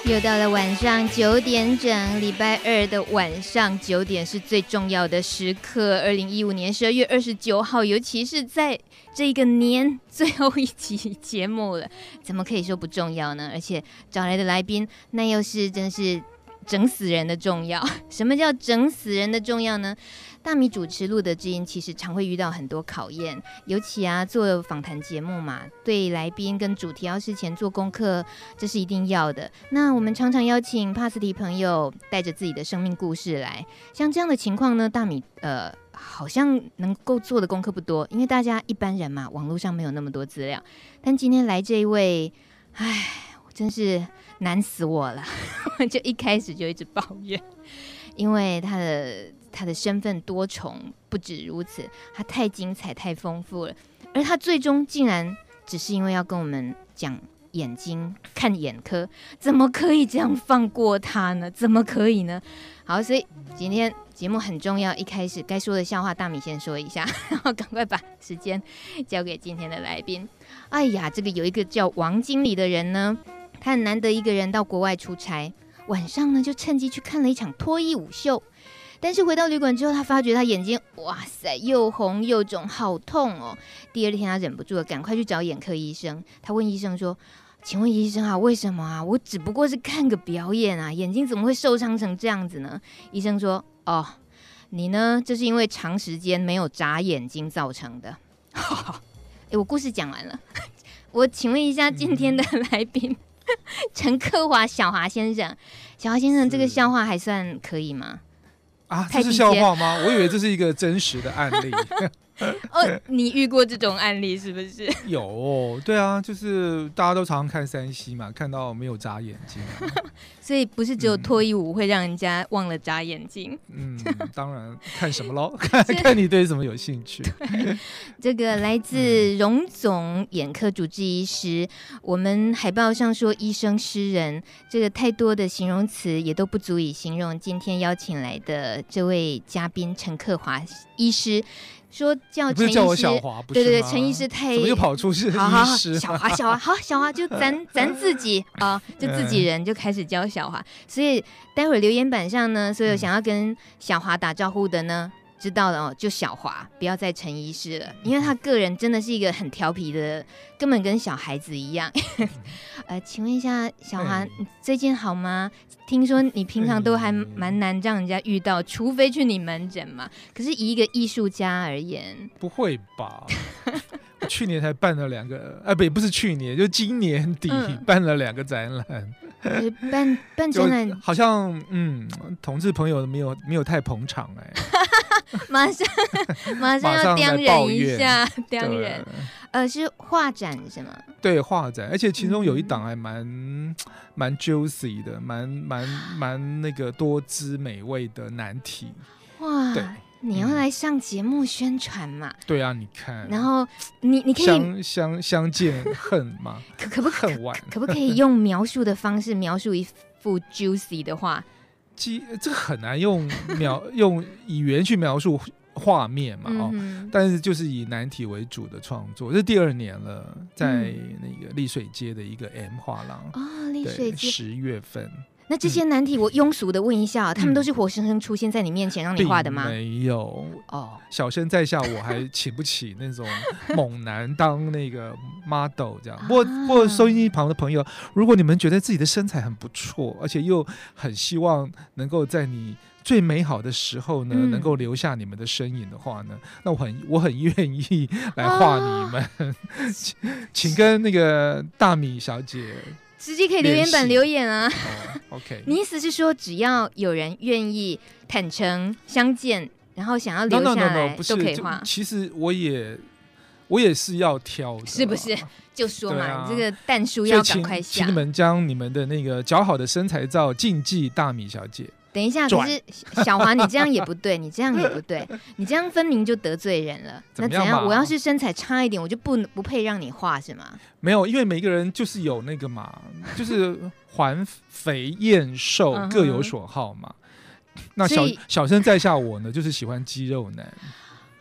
又到了晚上9点整，礼拜二的晚上9点是最重要的时刻。2015年12月29号，尤其是在这个年最后一集节目了，怎么可以说不重要呢？而且找来的来宾，那又是真是整死人的重要。什么叫整死人的重要呢？大米主持录的知音其实常会遇到很多考验，尤其做访谈节目嘛，对来宾跟主题要事前做功课，这是一定要的。那我们常常邀请帕斯提朋友带着自己的生命故事来，像这样的情况呢，大米好像能够做的功课不多，因为大家一般人嘛，网络上没有那么多资料。但今天来这一位，真是难死我了，就一开始就一直抱怨，因为他的身份多重，不止如此，他太精彩太丰富了，而他最终竟然只是因为要跟我们讲眼睛看眼科，怎么可以这样放过他呢？怎么可以呢？好，所以今天节目很重要，一开始该说的笑话大米先说一下，然后赶快把时间交给今天的来宾。哎呀，这个有一个叫王经理的人呢，他很难得一个人到国外出差，晚上呢就趁机去看了一场脱衣舞秀。但是回到旅馆之后，他发觉他眼睛哇塞又红又肿，好痛哦！第二天他忍不住了，赶快去找眼科医生。他问医生说：“请问医生啊，为什么啊？我只不过是看个表演啊，眼睛怎么会受伤成这样子呢？”医生说：“哦，你呢，这是因为长时间没有眨眼睛造成的。”我故事讲完了，我请问一下今天的来宾陈克华小华先生，小华先生这个笑话还算可以吗？ 这是笑话吗？我以为这是一个真实的案例。 你遇过这种案例是不是？ 有，对啊，就是大家都常常看3C嘛，看到没有眨眼睛所以不是只有脱衣舞会让人家忘了眨眼睛。 当然看什么咯？看你对什么有兴趣。 这个来自荣总眼科主治医师，我们海报上说医生诗人，这个太多的形容词也都不足以形容今天邀请来的这位嘉宾陈克华医师。说叫陈医师，不是叫我小华，不是吗？ 对，陈医师太怎么又跑出是医师？ 好，小华就咱自己就自己人就开始教小华。所以待会儿留言板上呢，所有想要跟小华打招呼的呢，知道了就小华，不要再陈医师了，因为他个人真的是一个很调皮的，根本跟小孩子一样。请问一下小华，你最近好吗？听说你平常都还蛮难让人家遇到，除非去你门诊嘛。可是以一个艺术家而言， 不会吧？我去年才办了2个，不是去年，就今年底办了2个展览。 办展览好像同志朋友没有太捧场马上要刁人一下，刁人。是画展是吗？ 对，画展，而且其中有一档还蛮 juicy 的，蛮那个多姿美味的难题。 哇，对，你要来上节目宣传嘛？ 对啊，你看， 然后你可以相见恨吗？ 可不可以用描述的方式描述一幅 juicy 的画？ 这个很难用语言去描述画面嘛，但是就是以难题为主的创作，这是第2年了，在那个丽水街的一个 M 画廊丽水街 10月份。 那这些难题我庸俗的问一下，他们都是活生生出现在你面前让你画的吗？ 没有小生在下，我还请不起那种猛男当那个 model 这样。不过收音机旁的朋友，如果你们觉得自己的身材很不错，而且又很希望能够在你最美好的时候呢，能够留下你们的身影的话呢，那我很愿意来画你们，请跟那个大米小姐直接可以留言板留言啊。 OK， 你意思是说，只要有人愿意坦诚相见，然后想要留下来，都可以画。 其实我也是要挑的， 是不是？就说嘛，你这个蛋书要赶快下。 请你们将你们的那个姣好的身材照禁忌大米小姐。 等一下，可是小华，你这样也不对，你这样也不对，你这样分明就得罪人了。那怎样？我要是身材差一点，我就不配让你画是吗？ 没有，因为每个人就是有那个嘛，就是环肥燕瘦各有所好嘛。那小生在下我呢，就是喜欢肌肉男。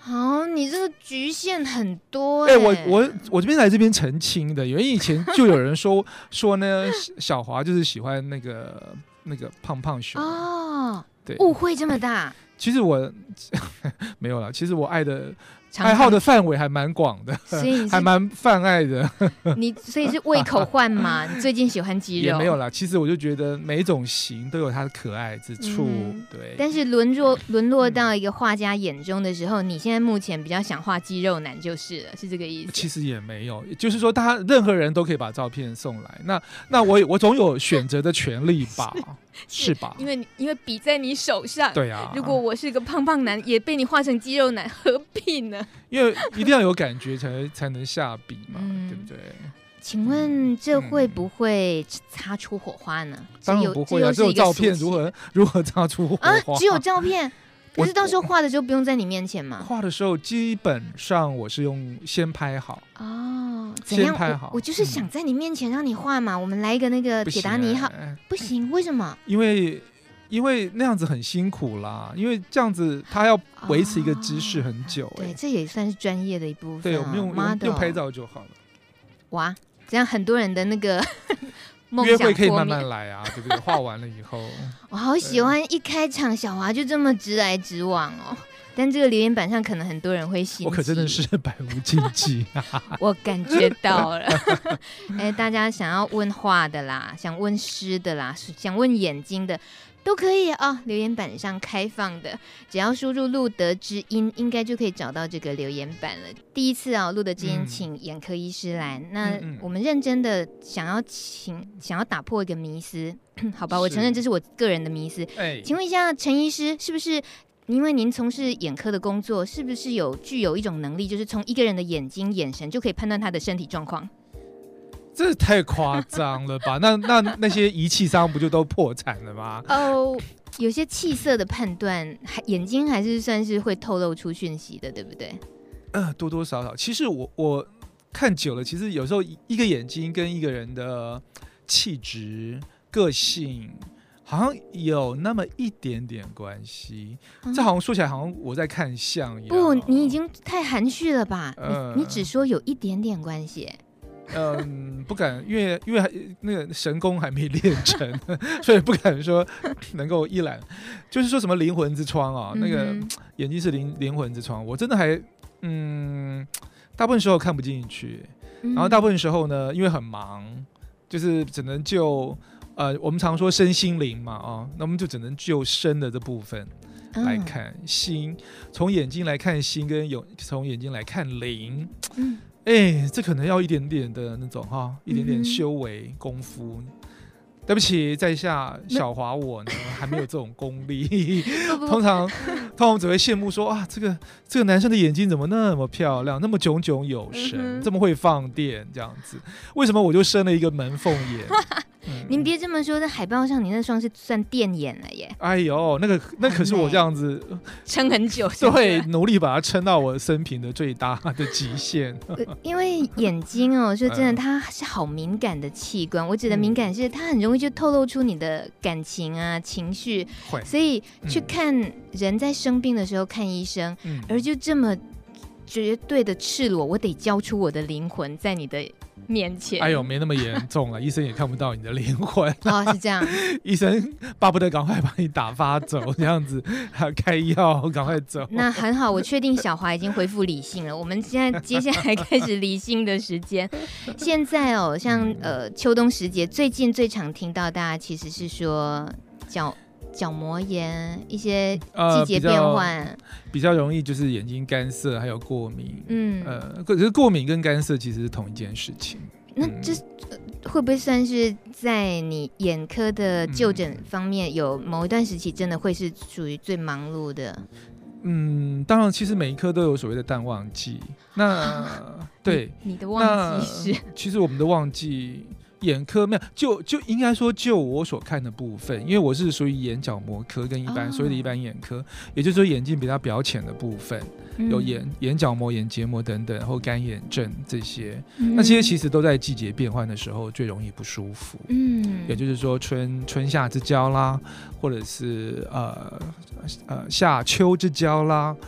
好，你这个局限很多我这边来这边澄清的，因为以前就有人说呢，小华就是喜欢那个胖胖熊哦， 对， 误会这么大。 其实我没有啦，其实我爱好的范围还蛮广的， 所以还蛮泛爱的。 所以是胃口换嘛？你最近喜欢肌肉？ 也没有啦，其实我就觉得每一种型都有它的可爱之处，对。 但是沦落到一个画家眼中的时候，你现在目前比较想画肌肉男就是了，是这个意思？ 其实也没有，就是说任何人都可以把照片送来，那我总有选择的权利吧？是吧？ 因为笔在你手上。 对啊。 如果我是个胖胖男，也被你画成肌肉男，何必呢？ 因为一定要有感觉才能下笔嘛，对不对？ 请问这会不会擦出火花呢？ 当然不会啊，只有照片如何擦出火花？ 只有照片。可是到时候画的时候不用在你面前吗？ 画的时候基本上我是用先拍好哦， 先拍好。 我就是想在你面前让你画嘛。我们来一个那个铁达尼号，不行，为什么？ 因为那样子很辛苦啦，因为这样子他要维持一个姿势很久。 对，这也算是专业的一部分。 对，我们用拍照就好了。 哇，这样很多人的那个。 约会可以慢慢来啊，对不对？画完了以后， 我好喜欢一开场小华就这么直来直往哦。但这个留言板上可能很多人会心急， 我可真的是百无禁忌我感觉到了大家想要问画的啦，想问诗的啦，想问眼睛的都可以啊，留言板上开放的，只要输入路德之音应该就可以找到这个留言板了。第一次啊，路德之音请眼科医师来，那我们认真的想要打破一个迷思好吧，我承认这是我个人的迷思请问一下陈医师，是不是因为您从事眼科的工作，是不是具有一种能力，就是从一个人的眼睛眼神就可以判断他的身体状况？ 这太夸张了吧？那些仪器商不就都破产了吗？ 有些气色的判断，眼睛还是算是会透露出讯息的，对不对？ 多多少少，其实我看久了，其实有时候一个眼睛跟一个人的气质、个性，好像有那么一点点关系。这好像说起来，好像我在看相一样。 不，你已经太含蓄了吧？你只说有一点点关系。 不敢，因为那个神功还没练成，所以不敢说能够一览。就是说什么灵魂之窗啊，那个眼睛是灵魂之窗，我真的还大部分时候看不进去。然后大部分时候呢，因为很忙，就是只能就我们常说身心灵嘛那我们就只能就身的这部分来看心，从眼睛来看心，跟从眼睛来看灵。这可能要一点点的那种一点点修为功夫。对不起，在下小华我呢还没有这种功力。通常只会羡慕说这个男生的眼睛怎么那么漂亮，那么炯炯有神，这么会放电这样子。为什么我就生了一个门缝眼？ 您别这么说，在海报上你那双是算电眼了耶。 哎呦，那可是我这样子撑很久， 对，努力把它撑到我生平的最大的极限。 因为眼睛说真的，它是好敏感的器官。我指的敏感是它很容易就透露出你的感情啊、情绪，所以去看人在生病的时候看医生，而就这么绝对的赤裸，我得交出我的灵魂在你的面前。 哎呦，没那么严重了，医生也看不到你的灵魂。 是这样。 医生巴不得赶快把你打发走，这样子还开药，赶快走。 那很好，我确定小华已经恢复理性了。我们现在接下来开始理性的时间。现在像秋冬时节，最近最常听到大家其实是说角膜炎，一些季节变换， 比较容易就是眼睛干涩，还有过敏。可是过敏跟干涩其实是同一件事情。 那这会不会算是在你眼科的就诊方面，有某一段时期真的会是属于最忙碌的？ 当然，其实每一科都有所谓的淡旺季。那对你的旺季是？ 其实我们的旺季。眼科没有，就应该说就我所看的部分，因为我是属于眼角膜科跟所谓的一般眼科，也就是说眼睛比较表浅的部分，有眼角膜、眼结膜等等，然后干眼症这些，那这些其实都在季节变换的时候最容易不舒服。也就是说春夏之交啦，或者是夏秋之交啦。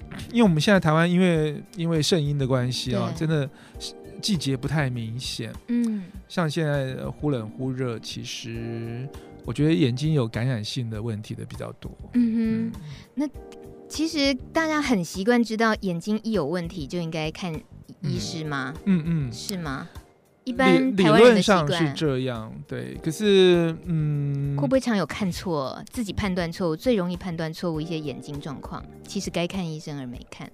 因为我们现在台湾因为圣婴的关系啊， 对真的季节不太明显。像现在忽冷忽热，其实我觉得眼睛有感染性的问题的比较多。 那其实大家很习惯知道眼睛一有问题就应该看医师吗？是吗？一般台湾人的习惯理论上是这样，对。可是会不会常有看错，自己判断错误，最容易判断错误一些眼睛状况，其实该看医生而没看？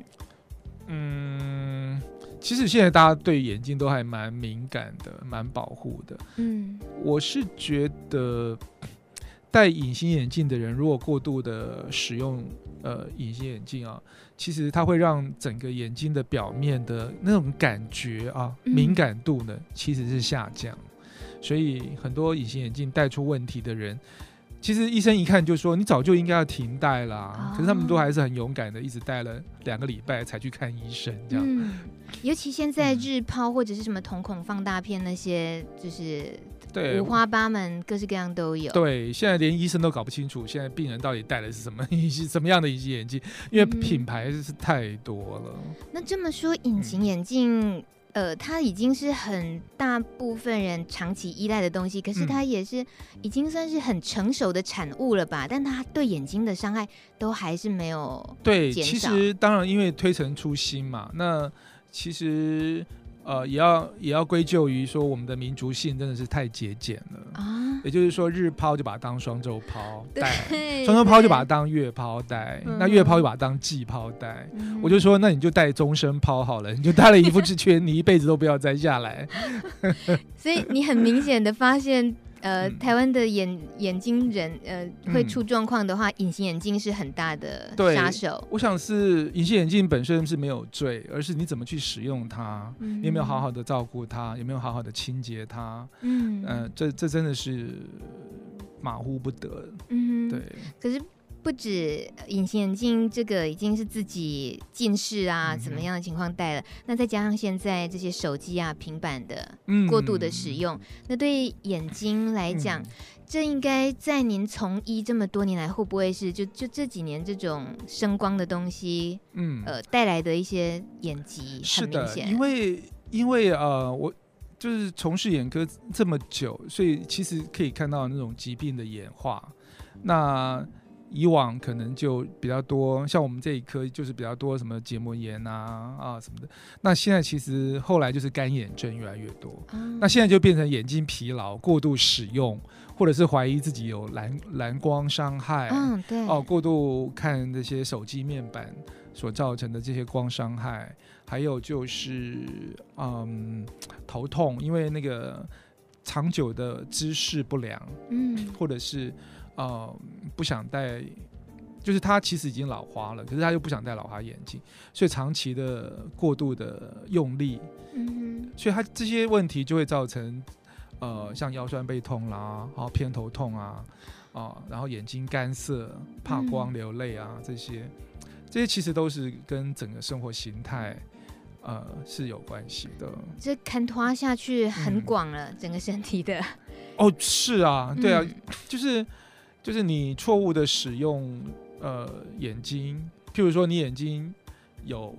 其实现在大家对眼睛都还蛮敏感的，蛮保护的。我是觉得戴隐形眼镜的人，如果过度的使用隐形眼镜啊，其实它会让整个眼睛的表面的那种感觉啊，敏感度呢其实是下降。所以很多隐形眼镜戴出问题的人，其实医生一看就说你早就应该要停戴啦，可是他们都还是很勇敢的，一直戴了2个礼拜才去看医生这样。 尤其现在日抛或者是什么瞳孔放大片那些，就是对五花八门，各式各样都有。 对，现在连医生都搞不清楚，现在病人到底戴的是什么样的隐形眼镜，因为品牌是太多了。 那这么说，隐形眼镜，它已经是很大部分人长期依赖的东西，可是它也是已经算是很成熟的产物了吧？但它对眼睛的伤害都还是没有减少。对， 其实当然因为推陈出新嘛，那其实也要归咎于说我们的民族性真的是太节俭了啊。也就是说日抛就把它当双周抛戴，双周抛就把它当月抛戴，那月抛就把它当季抛戴。我就说那你就戴终身抛好了，你就戴了一副之圈，你一辈子都不要摘下来。 所以你很明显的发现台湾的眼睛人会出状况的话，隐形眼镜是很大的杀手。我想是隐形眼镜本身是没有罪，而是你怎么去使用它，你有没有好好的照顾它，有没有好好的清洁它。这真的是马虎不得。对。可是不止隐形眼镜这个已经是自己近视啊怎么样的情况戴了，那再加上现在这些手机啊平板的过度的使用，那对眼睛来讲，这应该在您从医这么多年来，会不会是就这几年这种声光的东西带来的一些眼疾很明显？是的，因为我就是从事眼科这么久，所以其实可以看到那种疾病的演化。那以往可能就比较多，像我们这一科就是比较多什么结膜炎啊什么的。那现在其实后来就是干眼症越来越多，那现在就变成眼睛疲劳、过度使用，或者是怀疑自己有蓝光伤害，对，过度看这些手机面板所造成的这些光伤害，还有就是头痛，因为那个长久的姿势不良，或者是不想戴，就是他其实已经老花了，可是他又不想戴老花眼镜，所以长期的过度的用力，所以他这些问题就会造成像腰酸背痛啦，偏头痛啊，然后眼睛干涩、怕光、流泪啊，这些其实都是跟整个生活形态是有关系的。这看拖下去很广了，整个身体的。是啊，对啊，就是你错误的使用眼睛，譬如说你眼睛有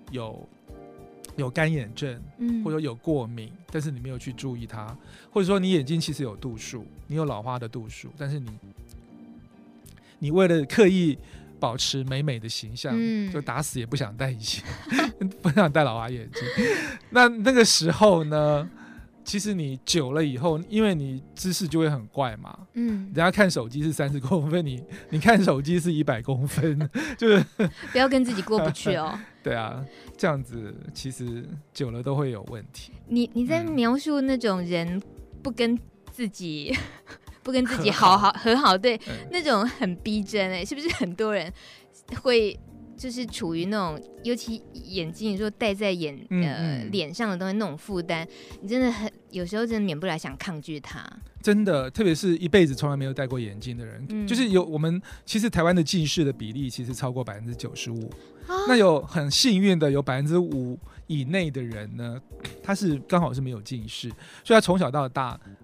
干眼症，或者有过敏，但是你没有去注意它，或者说你眼睛其实有度数，你有老花的度数，但是你为了刻意保持美美的形象，就打死也不想戴隐形，不想戴老花眼镜。那个时候呢，其实你久了以后，因为你姿势就会很怪嘛，人家看手机是30公分，你看手机是100公分，就是不要跟自己过不去哦。对啊，这样子其实久了都会有问题。你在描述那种人不跟自己和好，对，那种很逼真是不是很多人会就是处于那种，尤其眼睛你说戴在脸上的东西那种负担，你真的有时候真的免不了想抗拒它。真的，特别是一辈子从来没有戴过眼镜的人，就是我们其实台湾的近视的比例其实超过95%，那有很幸运的有5%以内的人呢，他是刚好是没有近视，所以他从小到大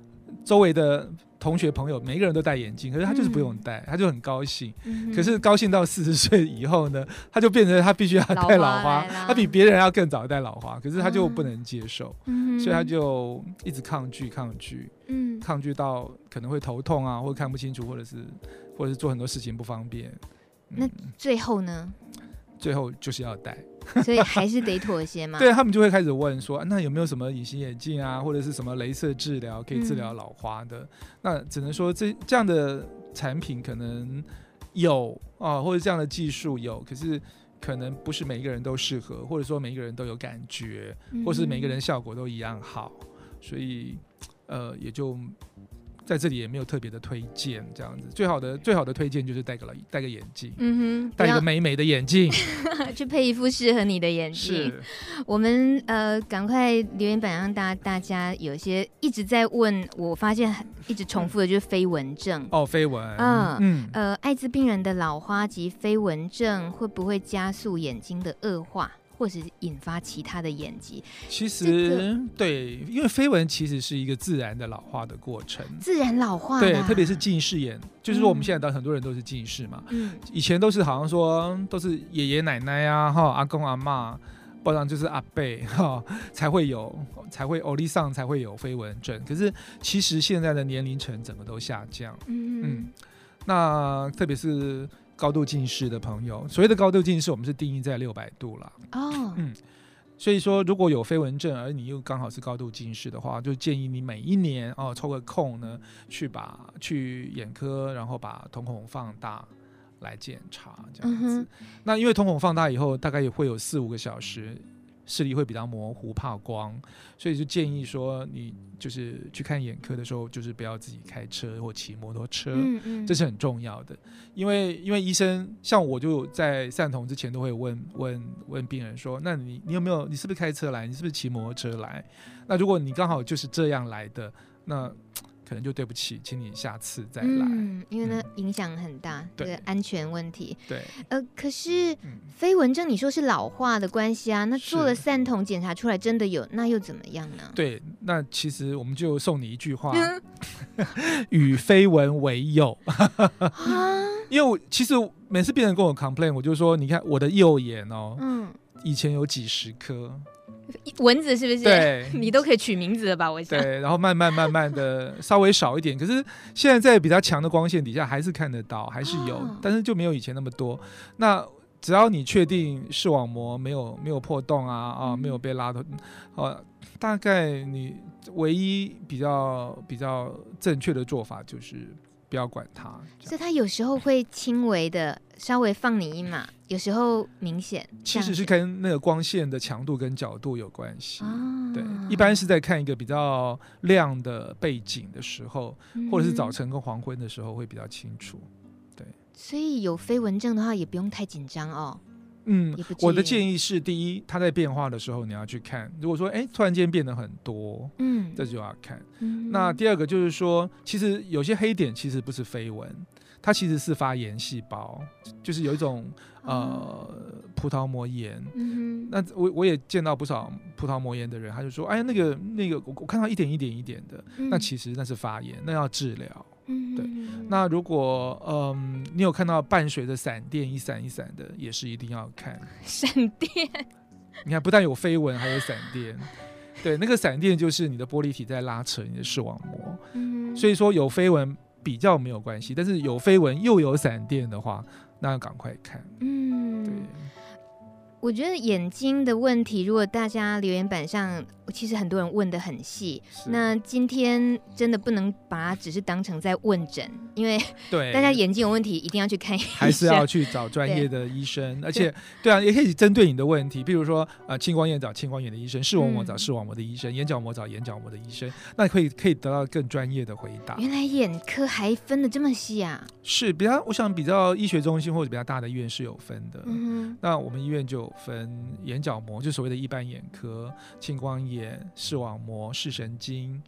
周围的同学朋友每一个人都戴眼镜，可是他就是不用戴，他就很高兴。可是高兴到40岁以后呢，他就变成他必须要戴老花，他比别人要更早戴老花，可是他就不能接受，所以他就一直抗拒到可能会头痛啊，或者看不清楚，或者是做很多事情不方便。 那最后呢？ 最后就是要戴。 所以还是得妥协嘛。 对，他们就会开始问说，那有没有什么隐形眼镜啊，或者是什么雷射治疗可以治疗老花的？那只能说这样的产品可能有啊，或者这样的技术有，可是可能不是每一个人都适合，或者说每一个人都有感觉，或是每一个人效果都一样好，所以也就在这里也没有特别的推荐，这样子最好的推荐就是戴个眼镜，戴一个美美的眼镜， 去配一副适合你的眼镜。是，我们赶快留言板让大家有些一直在问，我发现一直重复的就是飞蚊症。 飞蚊， 艾滋病人的老花及飞蚊症会不会加速眼睛的恶化？或是引发其他的眼疾？其实、对，因为飞蚊其实是一个自然的老化的过程， 自然老化， 对，特别是近视眼，就是说我们现在很多人都是近视嘛，以前都是好像说都是爷爷奶奶啊，阿公阿嬷，不然就是阿伯才会欧丽上才会有飞蚊症，可是其实现在的年龄层整个都下降，那特别是高度近视的朋友，所谓的高度近视，我们是定义在600度啦。所以说，如果有飞蚊症，而你又刚好是高度近视的话，就建议你每一年抽个空呢，去眼科，然后把瞳孔放大来检查，这样子。那因为瞳孔放大以后，大概也会有4-5个小时。视力会比较模糊，怕光，所以就建议说，你就是去看眼科的时候，就是不要自己开车或骑摩托车，这是很重要的。因为医生像我就在散瞳之前都会问病人说，那你有没有，你是不是开车来，你是不是骑摩托车来？那如果你刚好就是这样来的，那可能就对不起，请你下次再来。 因为呢影响很大，这个安全问题。 对， 可是飞蚊症你说是老化的关系啊，那做了散瞳检查出来真的有，那又怎么样呢？ 对，那其实我们就送你一句话，与飞蚊为友。因为其实每次病人跟我 complain， 我就说，你看我的右眼以前有几10颗。 蚊子是不是？ 对， 你都可以取名字了吧？我想。 对，然后慢慢的稍微少一点，可是现在在比较强的光线底下还是看得到，还是有，但是就没有以前那么多。那只要你确定视网膜没有破洞没有被拉的，大概你唯一比较正确的做法就是不要管它。 所以它有时候会轻微的稍微放你一马，有时候明显， 其实是跟那个光线的强度跟角度有关系。对，一般是在看一个比较亮的背景的时候，或者是早晨跟黄昏的时候会比较清楚。对， 所以有飞蚊症的话也不用太紧张哦。 我的建议是，第一，它在变化的时候你要去看。如果说突然间变得很多，这就要看。那第二个就是说，其实有些黑点其实不是飞蚊，它其实是发炎细胞，就是有一种葡萄膜炎。那我也见到不少葡萄膜炎的人，他就说，哎呀，那个我看到一点的，那其实那是发炎，那要治疗。对，那如果你有看到伴随着闪电一闪一闪的，也是一定要看闪电。 你看，不但有飞蚊，还有闪电。对，那个闪电就是你的玻璃体在拉扯你的视网膜。所以说有飞蚊比较没有关系，但是有飞蚊又有闪电的话，那要赶快看。对。 我觉得眼睛的问题，如果大家留言板上，其实很多人问得很细。那今天真的不能把它只是当成在问诊，因为大家眼睛有问题，一定要去看医生， 还是要去找专业的医生。而且，也可以针对你的问题，比如说青光眼找青光眼的医生，视网膜找视网膜的医生，眼角膜找眼角膜的医生，那可以得到更专业的回答。 原来眼科还分得这么细啊？ 是我想比较医学中心或者比较大的医院是有分的。那我们医院就有分眼角膜，就所谓的一般眼科、青光眼、视网膜、视神经，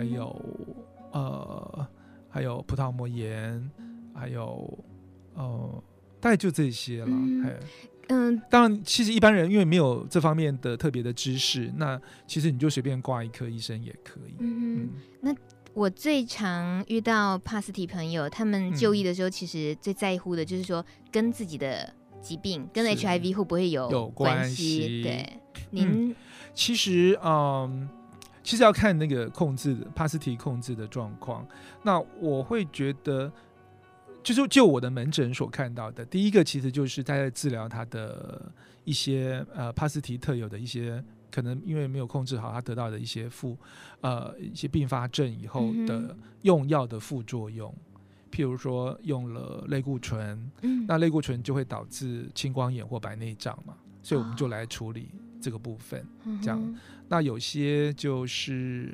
还有葡萄膜炎，还有大概就这些了。当然，其实一般人因为没有这方面的特别的知识，那其实你就随便挂一科医生也可以。 那我最常遇到帕斯提朋友，他们就医的时候，其实最在乎的就是说跟自己的疾病跟 HIV 会不会有关系？对，您、 其实要看那个控制的帕斯提控制的状况。那我会觉得，就我的门诊所看到的，第一个其实就是在治疗他的一些帕斯提特有的一些可能因为没有控制好，他得到的一些一些并发症以后的用药的副作用。譬如说用了类固醇，那类固醇就会导致青光眼或白内障嘛，所以我们就来处理这个部分，这样。那有些就是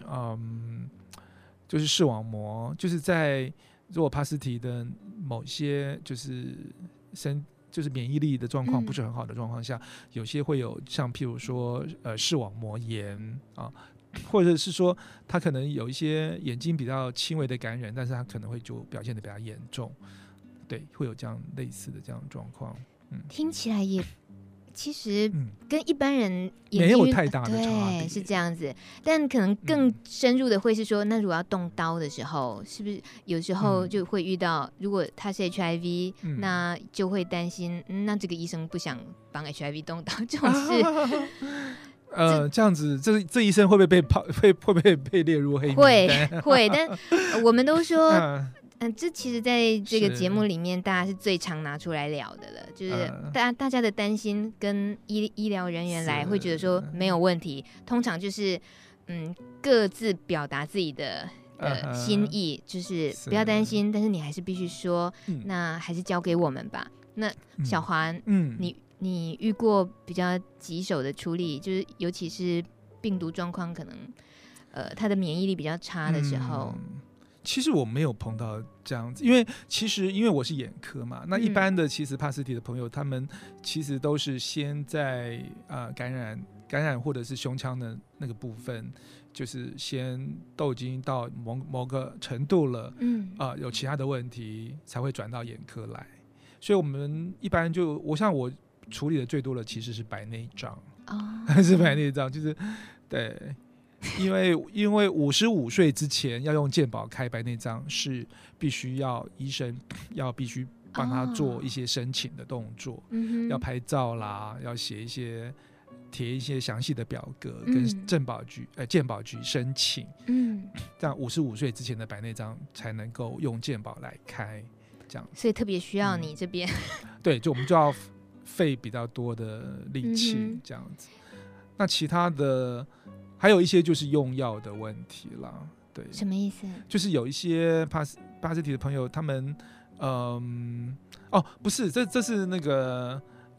视网膜，就是在如果帕斯提的某些就是免疫力的状况不是很好的状况下，有些会有像譬如说视网膜炎啊，或者是说他可能有一些眼睛比较轻微的感染，但是他可能会就表现得比较严重，对，会有这样类似的这样的状况。 听起来也其实跟一般人没有太大的差别， 对，是这样子。但可能更深入的会是说，那如果要动刀的时候，是不是有时候就会遇到，如果他是 HIV，那就会担心，那这个医生不想帮 HIV 动刀这种事。 这样子，这医生会不会被列入黑名单？ 会，但我们都说。这其实在这个节目里面大家是最常拿出来聊的了，就是大家的担心跟医疗人员来会觉得说没有问题，通常就是各自表达自己的心意，就是不要担心，但是你还是必须说，那还是交给我们吧。那小华，你遇过比较棘手的处理，就是尤其是病毒状况可能他的免疫力比较差的时候。 其实我没有碰到这样子，因为我是眼科嘛，那一般的其实帕斯提的朋友，他们其实都是先在感染或者是胸腔的那个部分，就是先都已经到某个程度了，有其他的问题才会转到眼科来，所以我们一般我处理的最多的其实是白内障，是白内障，就是对。因为55岁之前要用健保开白内障，是必须要医生必须帮他做一些申请的动作，要拍照啦，要贴一些详细的表格跟健保局申请，这样55岁之前的白内障才能够用健保来开，这样。 所以特别需要你这边， 对，我们就要费比较多的力气，这样子。那其他的。还有一些就是用药的问题啦，对， 什么意思？就是有一些帕斯提的朋友，他们不是，这是那个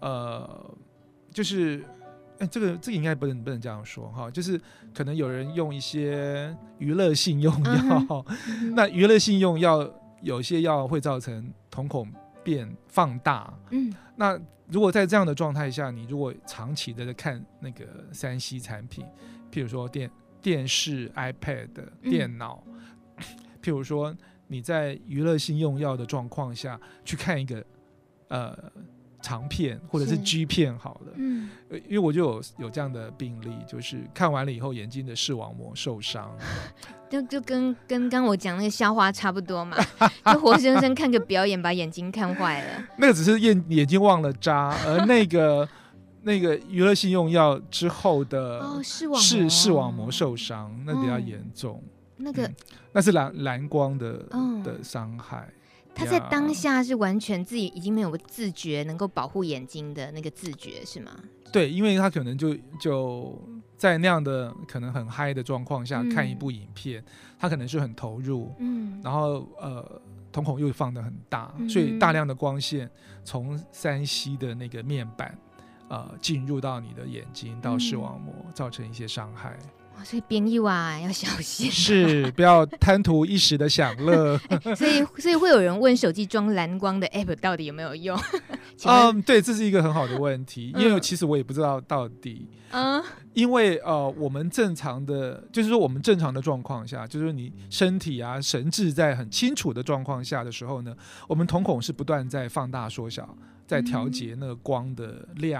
就是这个应该不能这样说哈，就是可能有人用一些娱乐性用药，那娱乐性用药有些药会造成瞳孔变放大，那如果在这样的状态下，你如果长期的看那个3C 产品。譬如说电视、iPad、电脑，譬如说你在娱乐性用药的状况下去看一个长片或者是 G 片好了，因为我就有这样的病例，就是看完了以后眼睛的视网膜受伤， 就跟刚我讲那个笑话差不多嘛，就活生生看个表演把眼睛看坏了。 那个只是眼睛忘了扎，而那个娱乐性用药之后的视网膜受伤，那比较严重。那是蓝光的伤害。 他在当下是完全自己已经没有自觉能够保护眼睛的那个自觉是吗？ 对，因为他可能就在那样的可能很嗨的状况下看一部影片，他可能是很投入，然后瞳孔又放得很大，所以大量的光线从3C 的那个面板进入到你的眼睛到视网膜，造成一些伤害。 所以朋友啊要小心， 是不要贪图一时的享乐。 所以会有人问手机装蓝光的 app 到底有没有用？ 对，这是一个很好的问题，因为其实我也不知道到底。因为我们正常的，就是说我们正常的状况下，就是你身体啊神志在很清楚的状况下的时候呢，我们瞳孔是不断在放大缩小，在调节那个光的量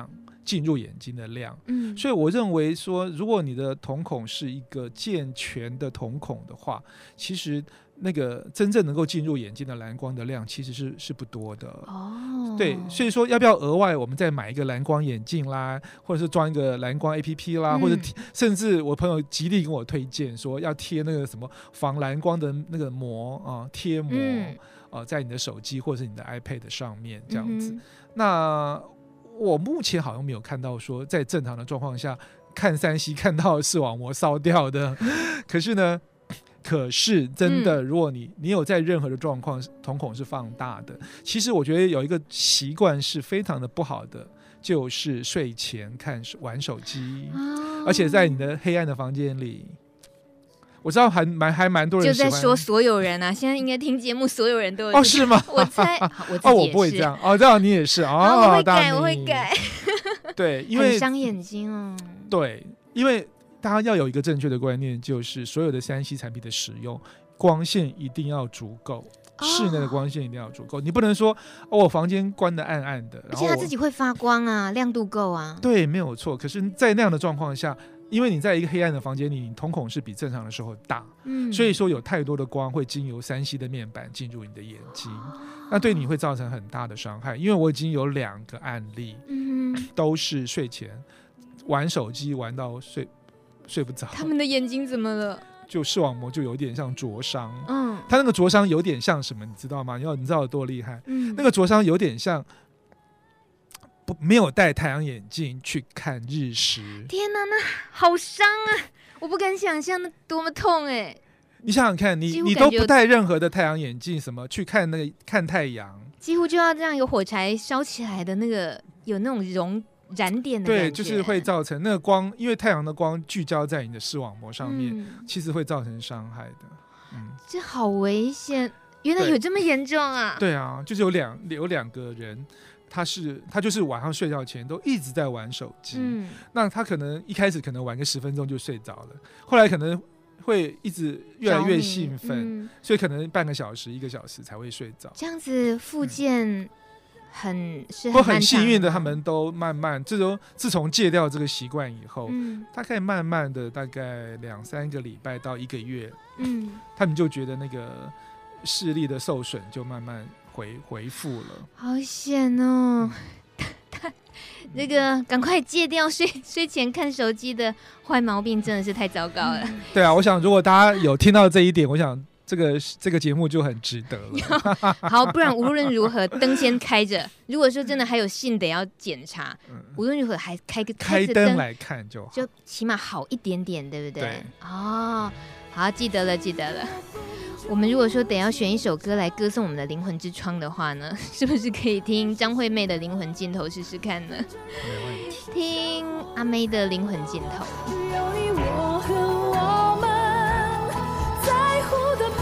进入眼睛的量。所以我认为说，如果你的瞳孔是一个健全的瞳孔的话，其实那个真正能够进入眼睛的蓝光的量其实是不多的。对，所以说要不要额外我们再买一个蓝光眼镜啦，或者是装一个蓝光 APP 啦，或者甚至我朋友极力跟我推荐说要贴那个什么防蓝光的那个膜啊，贴膜在你的手机或者是你的 iPad 上面这样子。那我目前好像没有看到说在正常的状况下看3C 看到视网膜烧掉的，可是真的，如果你有在任何的状况瞳孔是放大的，其实我觉得有一个习惯是非常的不好的，就是睡前玩手机，而且在你的黑暗的房间里。我知道还蛮多人喜欢， 就在说所有人啊，现在应该听节目所有人都有是吗？ 我猜我自己也是我不会这样这样你也是我会改对，因为很伤眼睛哦。 对，因为大家要有一个正确的观念，就是所有的3C 产品的使用，光线一定要足够，室内的光线一定要足够。你不能说我房间关得暗暗的， 而且它自己会发光啊，亮度够啊。 对，没有错。可是在那样的状况下，因为你在一个黑暗的房间里，你瞳孔是比正常的时候大，所以说有太多的光会经由3C 的面板进入你的眼睛，那对你会造成很大的伤害。因为我已经有2个案例，都是睡前玩手机玩到睡不着。 他们的眼睛怎么了？ 就视网膜就有点像灼伤，它那个灼伤有点像什么，你知道吗？你知道有多厉害？那个灼伤有点像没有戴太阳眼镜去看日食。 天哪，那好伤啊！我不敢想象那多么痛哎。 你想想看，你都不戴任何的太阳眼镜，什么去看看太阳， 几乎就要这样有火柴烧起来的那个，有那种燃点的感觉。 对，就是会造成那个光，因为太阳的光聚焦在你的视网膜上面，其实会造成伤害的。 这好危险，原来有这么严重啊！ 对啊，就是有两个人。他就是晚上睡觉前都一直在玩手机，那他可能一开始可能玩个10分钟就睡着了，后来可能会一直越来越兴奋，所以可能半个小时1个小时才会睡着。 这样子复健很幸运的，他们都慢慢自从戒掉这个习惯以后，大概慢慢的大概2-3个礼拜到1个月，他们就觉得那个视力的受损就慢慢回复了。 好险哦！那个赶快戒掉睡前看手机的坏毛病，真的是太糟糕了。 对啊，我想如果大家有听到这一点，我想这个节目就很值得了。 好，不然无论如何灯先开着。如果说真的还有信得要检查，无论如何还开灯来看就好， 就起码好一点点，对不对？ 对。 好，记得了。我们如果说得要选一首歌来歌颂我们的灵魂之窗的话呢，是不是可以听张惠妹的《灵魂尽头》试试看呢？ 没问题。 听阿妹的《灵魂尽头》。 只有你我和我们在乎的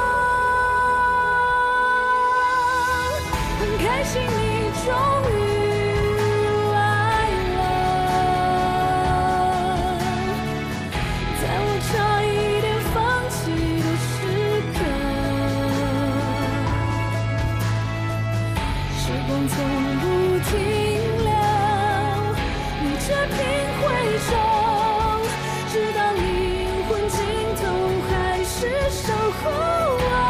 梦，很开心你终于来了，在我差一点放弃的时刻，时光从不停留，你却频回首，直到灵魂尽头还是守护我。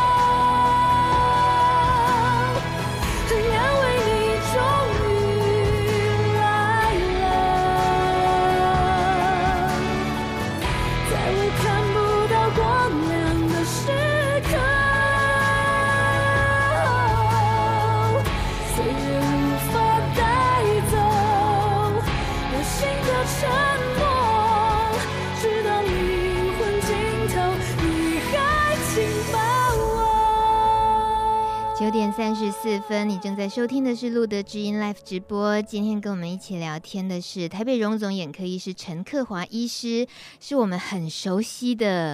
很安慰你终于来了，在我看不到光亮的时刻，岁月无法带走有心的沉默，直到灵魂尽头，你还紧抱我。 9点34分，你正在收听的是路德之音 Live 直播。今天跟我们一起聊天的是台北荣总眼科医师陈克华医师，是我们很熟悉的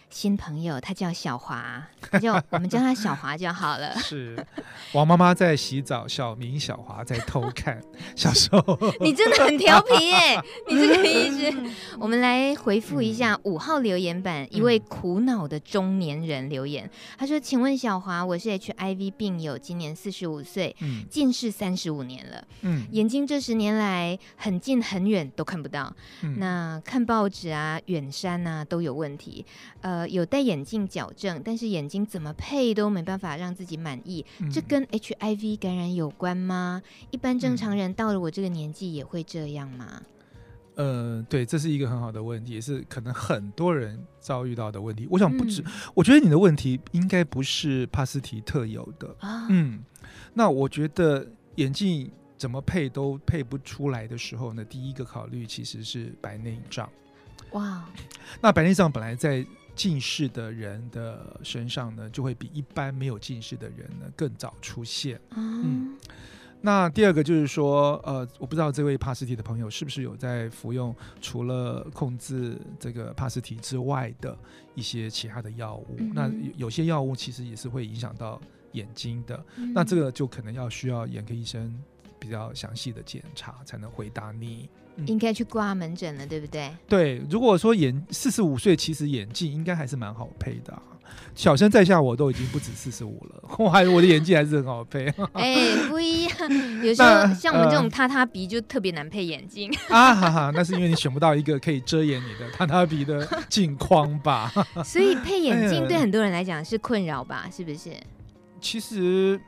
新朋友，他叫小华，我们叫他小华就好了。 是王妈妈在洗澡，小明小华在偷看。小时候你真的很调皮耶，你这个意思。我们来回复一下5号留言板，一位苦恼的中年人留言，他说：“请问小华，我是 HIV 病友，今年45岁，近视35年了，眼睛这10年来很近很远都看不到，那看报纸啊、远山啊都有问题，有戴眼镜矫正，但是眼睛怎么配都没办法让自己满意，这跟 HIV 感染有关吗？一般正常人到了我这个年纪也会这样吗？” 对，这是一个很好的问题，也是可能很多人遭遇到的问题。我想不止，我觉得你的问题应该不是帕斯提特有的。那我觉得眼镜怎么配都配不出来的时候呢，第一个考虑其实是白内障。哇，那白内障本来在近视的人的身上呢，就会比一般没有近视的人呢更早出现。那第二个就是说，我不知道这位帕斯提的朋友是不是有在服用除了控制这个帕斯提之外的一些其他的药物。那有些药物其实也是会影响到眼睛的。那这个就可能需要眼科医生比较详细的检查才能回答你。 应该去挂门诊了，对不对？ 对，如果说45岁，其实眼镜应该还是蛮好配的小生在下我都已经不止45了，我的眼镜还是很好配。 不一样，有时候像我们这种塌塌鼻就特别难配眼镜那是因为你选不到一个可以遮掩你的塌塌鼻的镜框吧。 所以配眼镜对很多人来讲是困扰吧，是不是？ 其实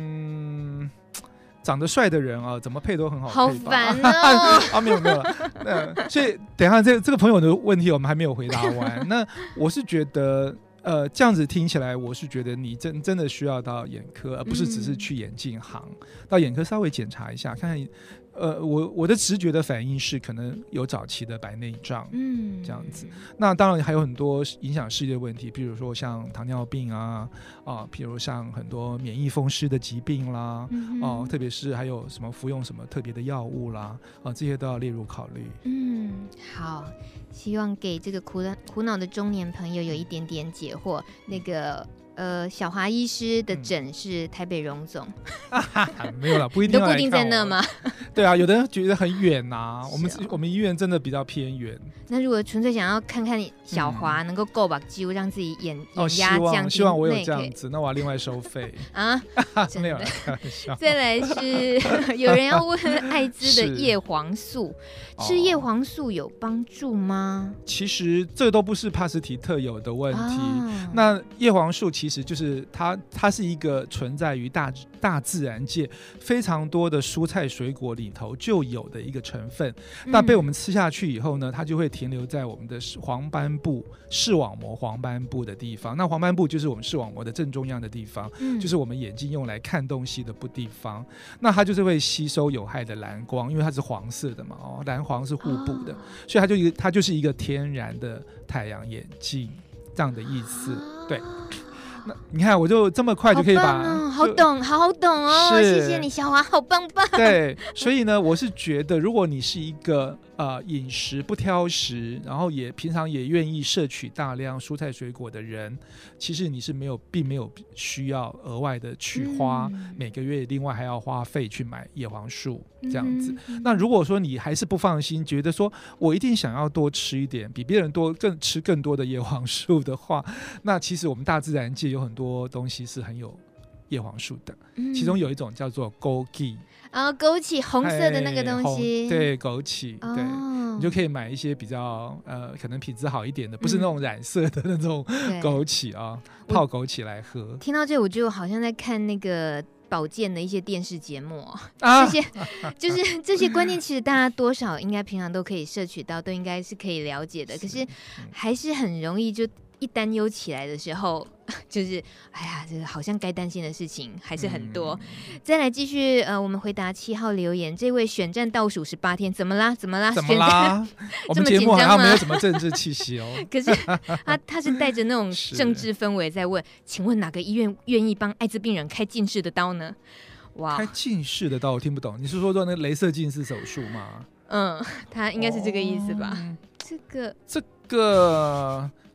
长得帅的人怎么配都很好配吧。 好烦哦没有了。所以等一下这个朋友的问题我们还没有回答完。那我是觉得这样子听起来，我是觉得你真的需要到眼科，而不是只是去眼镜行，到眼科稍微检查一下，看看。我的直觉的反应是可能有早期的白内障，这样子。那当然还有很多影响视力的问题，比如说像糖尿病譬如像很多免疫风湿的疾病啦，特别是还有什么服用什么特别的药物啦，这些都要列入考虑。 好，希望给这个苦恼的中年朋友有一点点解惑。那个小华医师的诊是台北荣总。 没有啦，不一定要来看。 你都固定在那吗？ 对啊，有的人觉得很远我们医院真的比较偏远。 那如果纯粹想要看看小华能够够把几乎让自己眼压降低， 希望我有这样子，那我要另外收费没有啦，开玩笑。 再来是有人要问艾滋的叶黄素，吃叶黄素有帮助吗？ 其实这都不是帕斯提特有的问题。那叶黄素其实就是它是一个存在于大自然界非常多的蔬菜水果里头就有的一个成分。那被我们吃下去以后呢，它就会停留在我们的黄斑部视网膜黄斑部的地方。那黄斑部就是我们视网膜的正中央的地方，就是我们眼睛用来看东西的地方。那它就是会吸收有害的蓝光，因为它是黄色的嘛，蓝黄是互补的，所以它就是一个天然的太阳眼镜这样的意思。对，那你看我就这么快就可以把好懂哦，谢谢你小华，好棒棒。 对，所以呢我是觉得如果你是一个饮食不挑食，然后平常也愿意摄取大量蔬菜水果的人，其实你是并没有需要额外的去花每个月另外还要花费去买叶黄素这样子。那如果说你还是不放心，觉得说我一定想要多吃一点，比别人吃更多的叶黄素的话，那其实我们大自然界有很多东西是很有叶黄素的，其中有一种叫做枸杞。 枸杞红色的那个东西， 对，枸杞，对，你就可以买一些比较可能品质好一点的，不是那种染色的那种枸杞泡枸杞来喝。 听到这我就好像在看那个保健的一些电视节目这些观念其实大家多少应该平常都可以摄取到，都应该是可以了解的，可是还是很容易就一担忧起来的时候，就是这个好像该担心的事情还是很多。再来继续我们回答7号留言，这位选战倒数18天，怎么啦？ 我们节目好像没有什么政治气息可是他是带着那种政治氛围在问，请问哪个医院愿意帮艾滋病人开近视的刀呢？哇， 开近视的刀我听不懂，你是说那雷射近视手术吗？ 他应该是这个意思吧。这个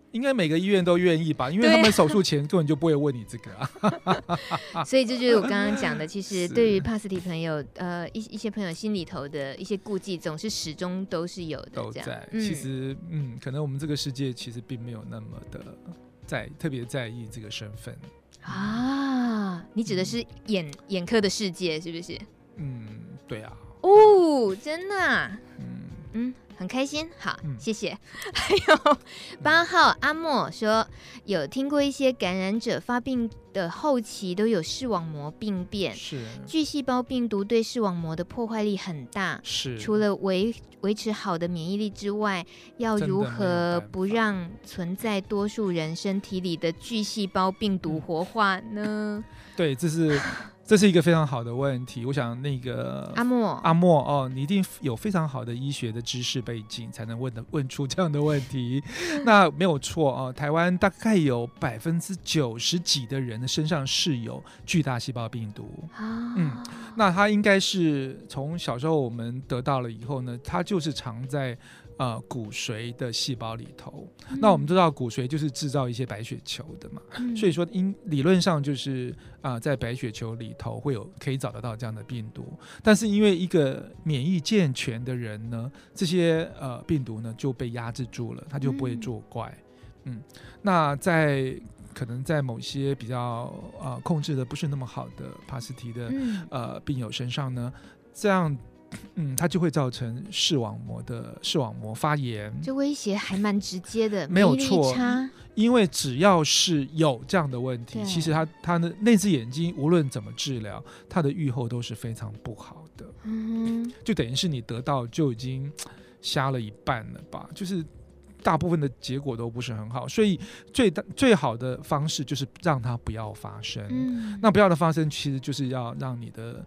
应该每个医院都愿意吧，因为他们手术前根本就不会问你这个啊。 所以这就是我刚刚讲的，其实对于帕斯提朋友，一些朋友心里头的一些顾忌，总是始终都是有的， 都在。其实，可能我们这个世界其实并没有那么的特别在意这个身份啊。你指的是眼科的世界是不是？ 对啊。 哦，真的啊。很开心，好，谢谢。还有8号阿莫说，有听过一些感染者发病的后期都有视网膜病变， 是巨细胞病毒对视网膜的破坏力很大， 是除了维持好的免疫力之外，要如何不让存在多数人身体里的巨细胞病毒活化呢？ 对，这是一个非常好的问题。我想那个阿莫哦，你一定有非常好的医学的知识背景，才能问出这样的问题。那没有错哦，台湾大概有90%几的人的身上是有巨大细胞病毒。那它应该是从小时候我们得到了以后呢，它就是藏在骨髓的细胞里头。那我们知道骨髓就是制造一些白血球的嘛，所以说理论上就是在白血球里头可以找得到这样的病毒。但是因为一个免疫健全的人呢，这些病毒呢就被压制住了，它就不会作怪。那可能在某些比较控制的不是那么好的帕斯提的病友身上呢，这样它就会造成视网膜发炎， 这威胁还蛮直接的， 没有错。因为只要是有这样的问题，其实它的那只眼睛无论怎么治疗，它的预后都是非常不好的。就等于是你得到就已经瞎了一半了吧，就是大部分的结果都不是很好，所以最好的方式就是让它不要发生。那不要的发生，其实就是要让你的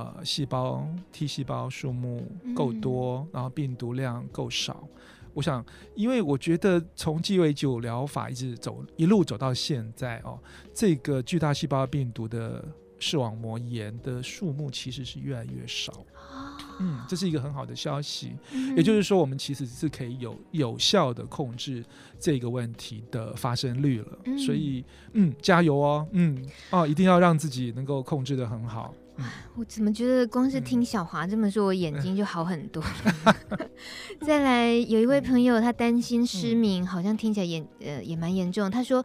T 细胞数目够多，然后病毒量够少。我想，因为我觉得从鸡尾酒疗法一路走到现在这个巨大细胞病毒的视网膜炎的数目其实是越来越少。这是一个很好的消息。也就是说，我们其实是可以有效的控制这个问题的发生率了。所以加油哦。一定要让自己能够控制得很好。 我怎么觉得光是听小华这么说，我眼睛就好很多再来，有一位朋友他担心失明，好像听起来也蛮严重。他说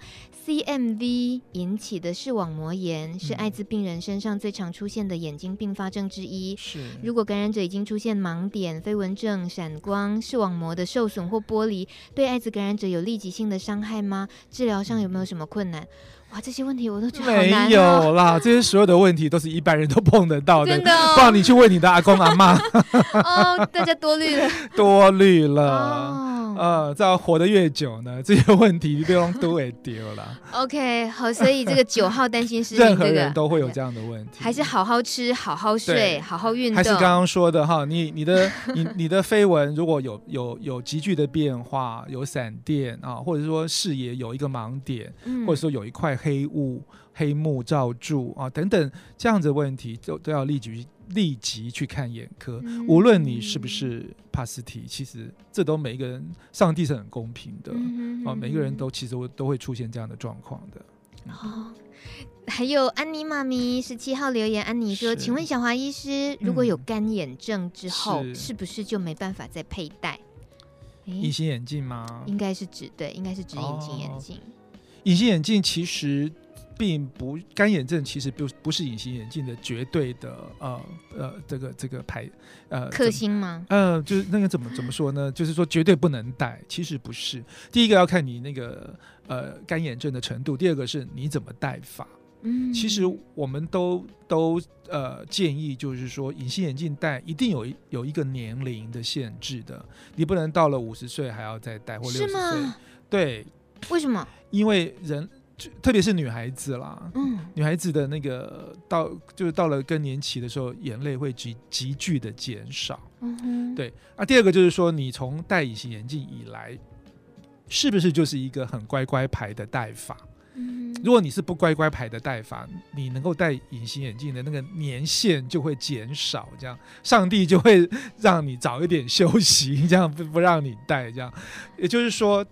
CMV 引起的视网膜炎是艾滋病人身上最常出现的眼睛并发症之一。如果感染者已经出现盲点、飞蚊症、闪光、视网膜的受损或剥离，对艾滋感染者有立即性的伤害吗？治疗上有没有什么困难？哇，这些问题我都觉得好难。 没有啦，这些所有的问题都是一般人都碰得到的， 真的不然你去问你的阿公阿嬷大家多虑了， 多虑了。这样活得越久呢，这些问题都会丢了。 OK， 好，所以这个9号担心失明， 任何人都会有这样的问题， 还是好好吃、好好睡、好好运动。 还是刚刚说的哈，你的飞蚊如果有急剧的变化，有闪电或者说视野有一个盲点，或者说有一块黑幕罩住等等这样子的问题，都要立即去看眼科。无论你是不是帕斯提，其实这都每一个人，上帝是很公平的每个人其实都会出现这样的状况的。 还有安妮妈咪17号留言，安妮说：“请问小华医师，如果有干眼症之后，是不是就没办法再佩戴隐形眼镜吗？”应该是指隐形眼镜。 隐形眼镜其实并不，干眼症其实不是隐形眼镜的绝对的这个克星吗？ 就是那个怎么说呢？就是说绝对不能戴，其实不是。第一个要看你那个干眼症的程度，第二个是你怎么戴法。其实我们都建议，就是说隐形眼镜戴一定有一个年龄的限制的，你不能到了50岁还要再戴，或60岁。是吗？对。 为什么？因为特别是女孩子啦，女孩子的那个到了更年期的时候，眼泪会急剧的减少。对。第二个就是说，你从戴隐形眼镜以来，是不是就是一个很乖乖牌的戴法？如果你是不乖乖牌的戴法，你能够戴隐形眼镜的那个年限就会减少，这样上帝就会让你早一点休息，这样不让你戴。这样也就是说，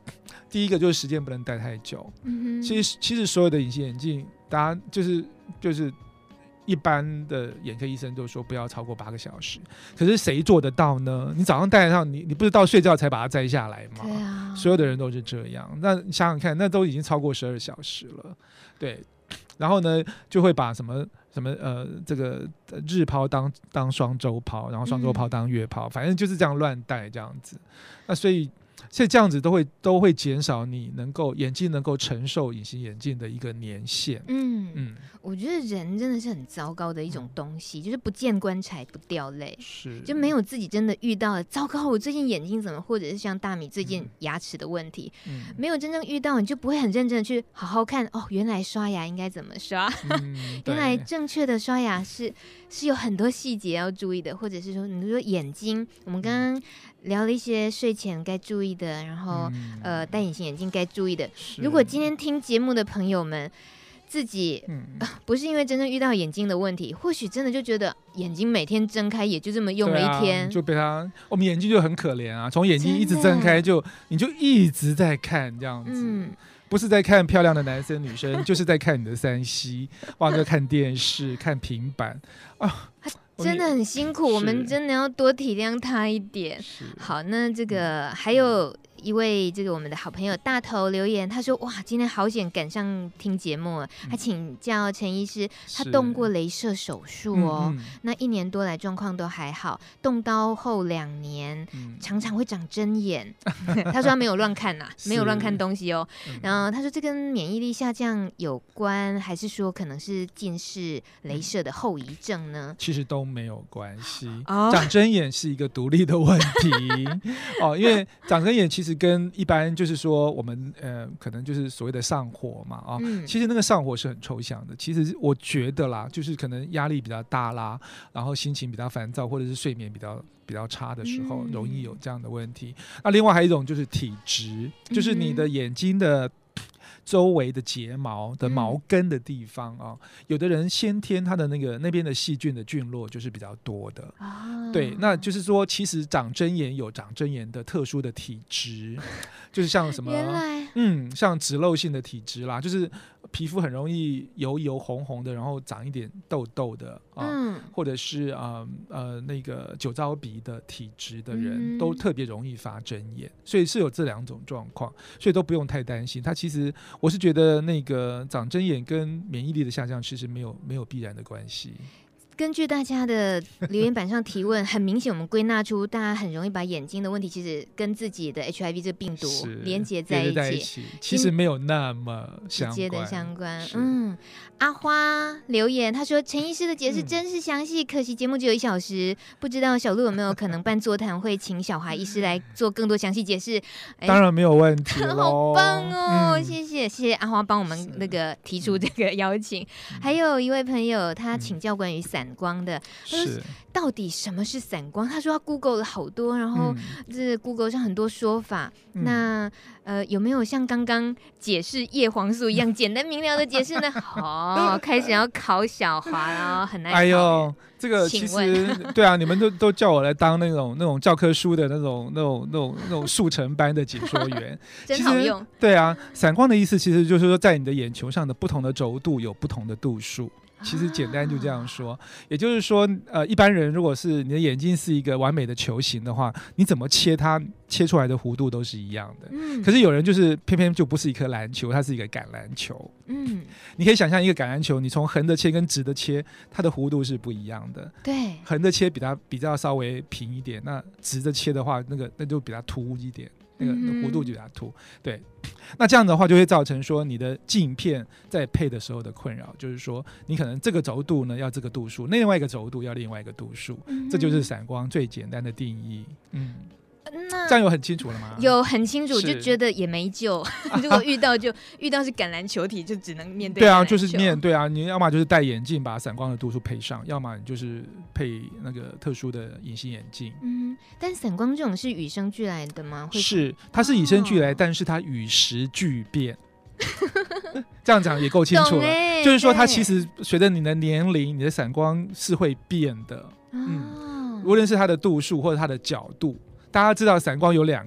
第一个就是时间不能戴太久。其实所有的隐形眼镜，大家就是一般的眼科医生都说不要超过8个小时，可是谁做得到呢？你早上戴上，你不是到睡觉才把它摘下来吗？ 对啊， 所有的人都是这样。那你想想看，那都已经超过12小时了，对。然后呢，就会把什么这个日抛当双周抛，然后双周抛当月抛，反正就是这样乱戴这样子。那所以这样子都会减少你眼睛能够承受隐形眼镜的一个年限。 我觉得人真的是很糟糕的一种东西，就是不见棺材不掉泪， 是就没有自己真的遇到了糟糕，我最近眼睛怎么，或者是像大米最近牙齿的问题，没有真正遇到，你就不会很认真的去好好看哦，原来刷牙应该怎么刷，原来正确的刷牙是有很多细节要注意的，或者是说你说眼睛，我们刚刚聊了一些睡前该注意的，然后戴隐形眼镜该注意的。如果今天听节目的朋友们自己不是因为真正遇到眼睛的问题，或许真的就觉得眼睛每天睁开也就这么用了一天， 就被我们眼睛就很可怜啊，从眼睛一直睁开你就一直在看这样子。不是在看漂亮的男生女生，就是在看你的3C， 或者看电视、看平板啊， 真的很辛苦，我们真的要多体谅他一点。好，那这个还有一位这个我们的好朋友大头留言，他说哇，今天好险赶上听节目了，他请教陈医师，他动过雷射手术哦，那1年多来状况都还好，动刀后2年，常常会长针眼。他说他没有乱看呐，没有乱看东西哦。然后他说这跟免疫力下降有关，还是说可能是近视雷射的后遗症呢？ 其实都没有关系，长针眼是一个独立的问题因为长针眼其实跟一般就是说我们可能就是所谓的上火嘛其实那个上火是很抽象的。其实我觉得啦，就是可能压力比较大啦，然后心情比较烦躁，或者是睡眠比较差的时候，容易有这样的问题。那另外还有一种就是体质，就是你的眼睛的周围的睫毛的毛根的地方有的人先天他的那边的细菌的菌落就是比较多的对，那就是说其实长针眼有长针眼的特殊的体质，就是像什么像脂漏性的体质啦，就是皮肤很容易油红红的，然后长一点痘痘的或者是那个酒糟鼻的体质的人都特别容易发针眼，所以是有这2种状况，所以都不用太担心。它其实我是觉得那个长针眼跟免疫力的下降其实没有必然的关系。 根据大家的留言板上提问，很明显我们归纳出大家很容易把眼睛的问题其实跟自己的 HIV 这病毒连接在一起， 其实没有那么直接的相关。阿花留言他说陈医师的解释真是详细，可惜节目只有1小时，不知道小鹿有没有可能办座谈会请小华医师来做更多详细解释。 当然没有问题好棒哦谢谢阿花帮我们那个提出这个邀请。还有一位朋友他请教关于散光的， 是到底什么是散光？他说他 Google 了好多，然后这 Google 上很多说法。那有没有像刚刚解释叶黄素一样简单明了的解释呢？开始要考小华了，很爱考。哎呦， 这个其实对啊，你们都叫我来当那种教科书的那种速成班的解说员， 真好用。 对啊，散光的意思其实就是说，在你的眼球上的不同的轴度有不同的度数。其实简单就这样说，也就是说，一般人如果是你的眼睛是一个完美的球形的话，你怎么切它，切出来的弧度都是一样的。可是有人就是偏偏就不是一颗篮球，它是一个橄榄球。你可以想象一个橄榄球，你从横的切跟直的切，它的弧度是不一样的。 对， 横的切比较稍微平一点，那直的切的话，那就比较凸一点。那个弧度就比较凸，对，那这样的话就会造成说你的镜片在配的时候的困扰，就是说你可能这个轴度呢要这个度数，另外一个轴度要另外一个度数，这就是散光最简单的定义。这样有很清楚了吗？ 有很清楚，就觉得也没救。如果遇到是橄榄球体，就只能面对。 对啊，就是对啊，你要么就是戴眼镜把散光的度数配上，要么你就是配那个特殊的隐形眼镜。 但散光这种是与生俱来的吗？ 是，它是与生俱来，但是它与时俱变。这样讲也够清楚了，就是说它其实随着你的年龄，你的散光是会变的。无论是它的度数或者它的角度。大家知道散光有2个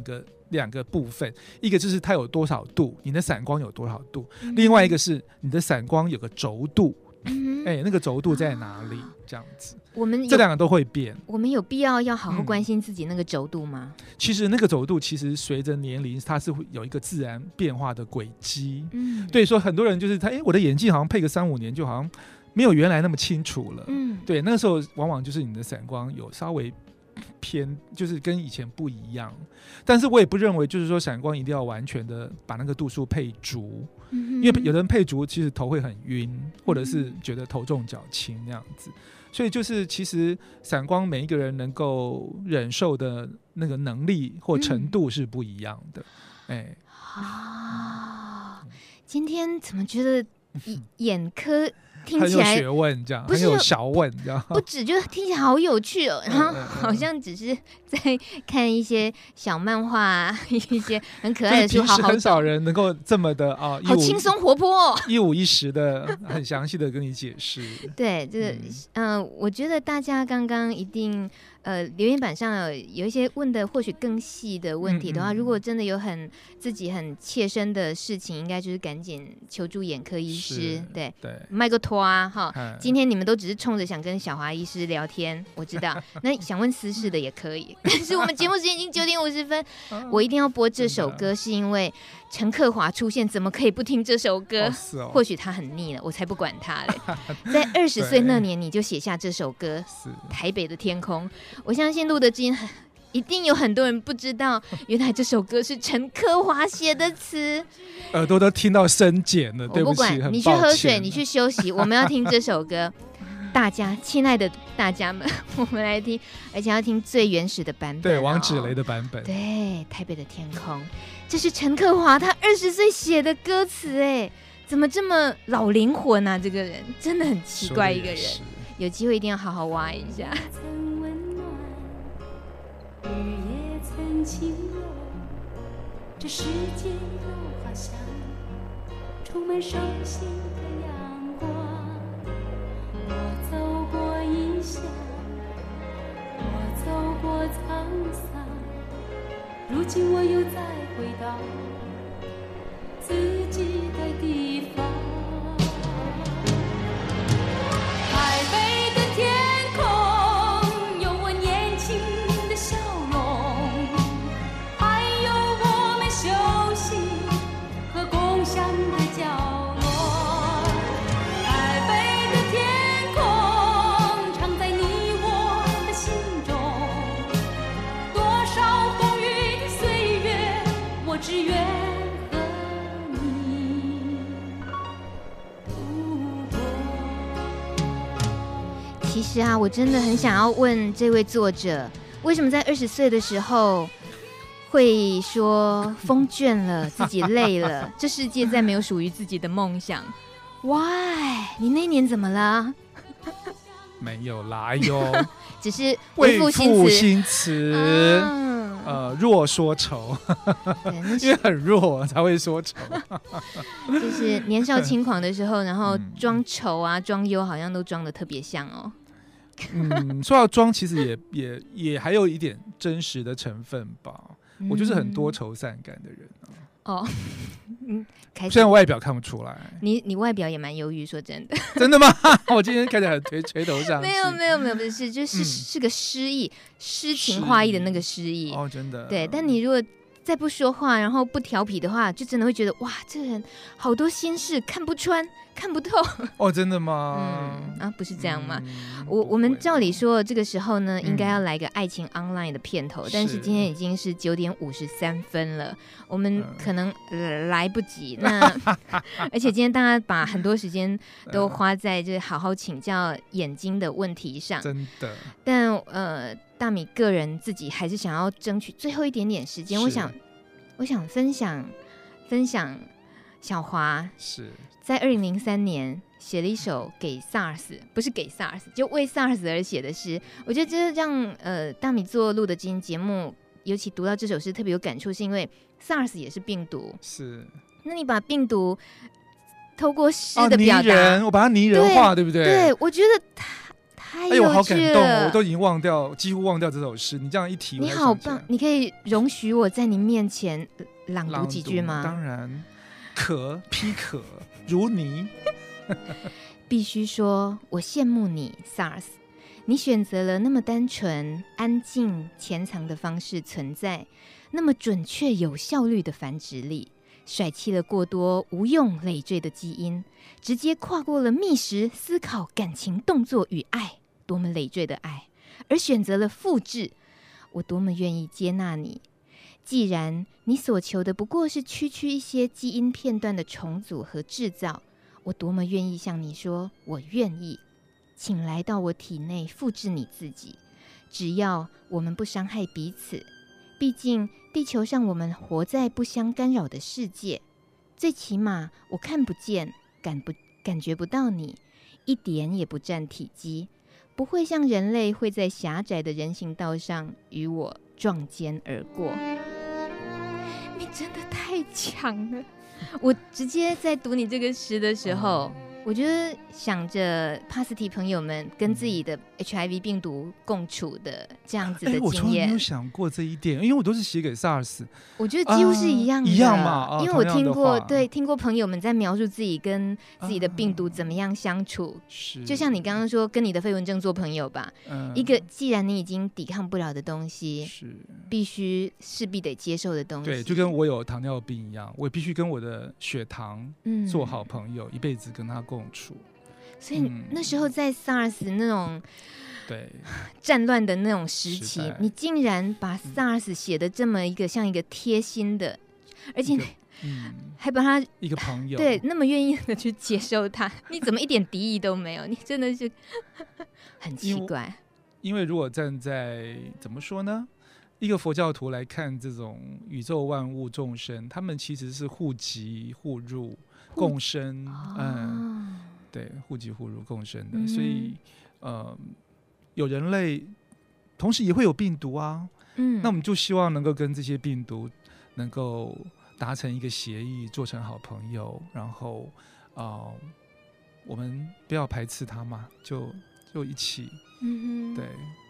两个部分，一个就是它有多少度，你的散光有多少度，另外一个是你的散光有个轴度，那个轴度在哪里？这样子，这两个都会变。我们有必要好好关心自己那个轴度吗？ 其实那个轴度其实随着年龄，它是会有一个自然变化的轨迹。对，说很多人就是我的眼镜好像配个3-5年，就好像没有原来那么清楚了。对，那个时候往往就是你的散光有稍微偏，就是跟以前不一样。但是我也不认为就是说闪光一定要完全的把那个度数配足，因为有的人配足其实头会很晕，或者是觉得头重脚轻那样子。所以就是其实闪光每一个人能够忍受的那个能力或程度是不一样的。 今天怎么觉得眼科听起来很有学问，这样很有学问，这样不止就听起来好有趣哦，然后好像只是在看一些小漫画，一些很可爱的书， 平时很少人能够这么的好轻松活泼哦， 一五一十的很详细的跟你解释。 对，这个我觉得大家刚刚一定留言板上有一些问的或许更细的问题的话，如果真的有自己很切身的事情，应该就是赶紧求助眼科医师。对，卖个拖哈。今天你们都只是冲着想跟小华医师聊天，我知道。那想问私事的也可以，但是我们节目时间已经9点50分，我一定要播这首歌，是因为陈克华出现，怎么可以不听这首歌？或许他很腻了，我才不管他嘞。在20岁那年，你就写下这首歌《台北的天空》。我相信路德金一定有很多人不知道，原来这首歌是陈克华写的词， 耳朵都听到生茧了。对不起， 我不管，你去喝水，你去休息，我们要听这首歌。大家，亲爱的大家们，我们来听，而且要听最原始的版本， 对，王芷蕾的版本。 对，台北的天空，这是陈克华他20岁写的歌词，怎么这么老灵魂啊？这个人真的很奇怪，一个人，有机会一定要好好挖一下。 曾温暖，日夜曾轻柔，这世界都好像充满熟悉的阳光。我走过异乡，我走过沧桑，如今我又再回到自己的地方。台北的天空有我年轻的笑容，还有我们休息和共享的角落。台北的天空常在你我的心中，多少风雨的岁月，我只愿和你度过。 其实啊，我真的很想要问这位作者，为什么在20岁的时候会说风倦了，自己累了，这世界再没有属于自己的梦想 ？Why？ 你那年怎么了？ 没有啦，有只是为赋新词，弱说愁，因为很弱才会说愁。 就是年少轻狂的时候，然后装愁啊、装忧，好像都装得特别像哦。 说到装，其实也还有一点真实的成分吧。我就是很多愁善感的人啊。虽然外表看不出来， 你外表也蛮忧郁，说真的。 真的吗？我今天看起来很垂头丧气。 没有，不是，就是个诗意，诗情画意的那个诗意。 哦，真的。对， 但你如果再不说话，然后不调皮的话，就真的会觉得哇，这个人好多心事看不穿。看不透哦，真的吗？ 不是这样吗？我们照理说这个时候呢，应该要来个爱情 online 的片头，但是今天已经是9点53分了，我们可能来不及。那而且今天大家把很多时间都花在这好好请教眼睛的问题上， 真的。 但大米个人自己还是想要争取最后一点点时间，我想分享小华是在2003年写了一首给 SARS， 不是给 SARS， 就为 SARS 而写的诗。我觉得这让大米做录的今天节目，尤其读到这首诗特别有感触，是因为 SARS 也是病毒。 是， 那你把病毒透过诗的表达， 我把它拟人化，对不对？ 对，我觉得太哎呦，好有趣感动哦！ 了， 我都已经忘掉，几乎忘掉这首诗。你这样一提， 你我才好棒想起来！ 你可以容许我在您面前朗读朗几句吗？ 当然，披可如泥。 必须说，我羡慕你 ，SARS。你选择了那么单纯、安静、潜藏的方式存在，那么准确、有效率的繁殖力，甩弃了过多无用累赘的基因，直接跨过了觅食、思考、感情、动作与爱，多么累赘的爱，而选择了复制。我多么愿意接纳你。既然你所求的不过是区一些基因片段的重组和制造，我多么愿意向你说，我愿意，请来到我体内复制你自己，只要我们不伤害彼此。毕竟地球上我们活在不相干扰的世界，最起码我看不见，感觉不到你，一点也不占体积，不会像人类会在狭窄的人行道上与我撞肩而过。你真的太强了！我直接在读你这个诗的时候，我觉得想着帕斯提朋友们跟自己的 HIV 病毒共处的这样子的我从来没经验有，想过这一点，因为我都是写给 SARS。 我觉得几乎是一样的， 一样嘛因为我听过， 同样的话听过朋友们在描述自己跟自己的病毒怎么样相处， 是， 就像你刚刚说跟你的飞蚊症做朋友吧，一个既然你已经抵抗不了的东西， 是势必得接受的东西， 对，就跟我有糖尿病一样，我必须跟我的血糖做好朋友，一辈子跟他共处。 所以那时候在 SARS 那种对战乱的那种时期时代， 你竟然把 SARS 写的这么一个像一个贴心的，而且还把他一个朋友， 对那么愿意的去接受他，你怎么一点敌意都没有？你真的是很奇怪。 因为如果站在怎么说呢，一个佛教徒来看这种宇宙万物众生，他们其实是互即互入共生，对，互即互入共生的，所以有人类，同时也会有病毒啊。那我们就希望能够跟这些病毒能够达成一个协议，做成好朋友，然后我们不要排斥它嘛，就一起，对，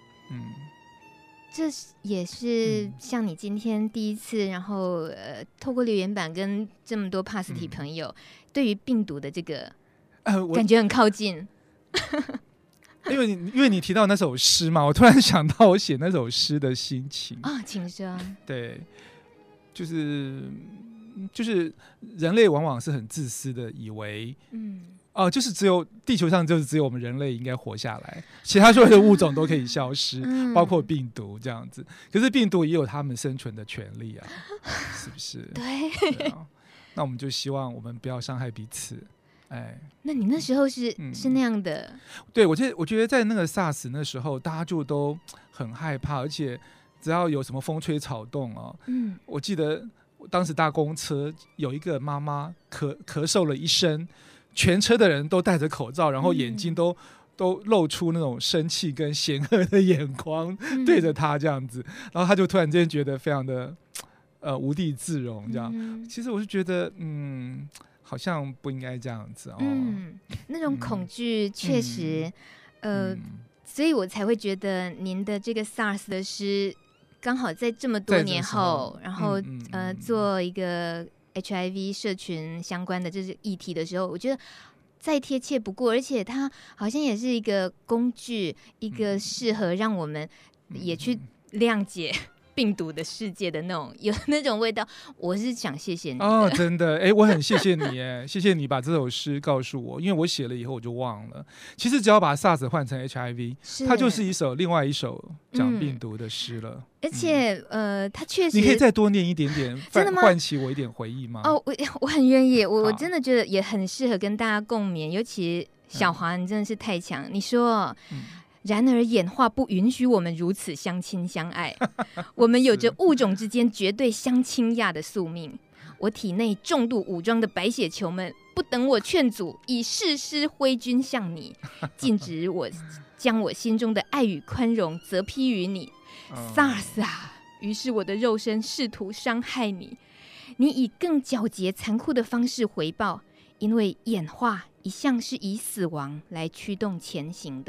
这也是像你今天第一次，然后透过留言板跟这么多帕斯提朋友，对于病毒的这个感觉很靠近。 因为你提到那首诗嘛，我突然想到我写那首诗的心情啊，请说。 对，就是人类往往是很自私的，以为就是只有地球上就是只有我们人类应该活下来，其他所有的物种都可以消失，包括病毒这样子。可是病毒也有他们生存的权利啊，是不是？ 对啊，那我们就希望我们不要伤害彼此。 那你那时候是那样的？ 对，我觉得在那个 SARS 那时候，大家就都很害怕，而且只要有什么风吹草动我记得当时搭公车有一个妈妈咳嗽了一声，全车的人都戴着口罩，然后眼睛都露出那种生气跟嫌恶的眼光对着他这样子，然后他就突然间觉得非常的无地自容这样。其实我是觉得好像不应该这样子那种恐惧确实所以我才会觉得您的这个 SARS 的诗刚好在这么多年后，然后做一个 HIV 社群相关的这是议题的时候，我觉得再贴切不过，而且它好像也是一个工具，一个适合让我们也去谅解病毒的世界的那种有那种味道。我是想谢谢你真的我很谢谢你谢谢你把这首诗告诉我，因为我写了以后我就忘了。其实只要把 SARS 换成 HIV， 它就是另外一首讲病毒的诗了。 而且它确实， 你可以再多念一点点， 真的吗？ 唤起我一点回忆吗？ 我很愿意，我真的觉得也很适合跟大家共勉，尤其小华，你真的是太强。你说然而演化不允许我们如此相亲相爱我们有着物种之间绝对相倾轧的宿命。我体内重度武装的白血球们不等我劝阻，以誓师挥军向你，禁止我将我心中的爱与宽容责批于你SARS 啊，于是我的肉身试图伤害你，你以更皎洁残酷的方式回报，因为演化一向是以死亡来驱动前行的。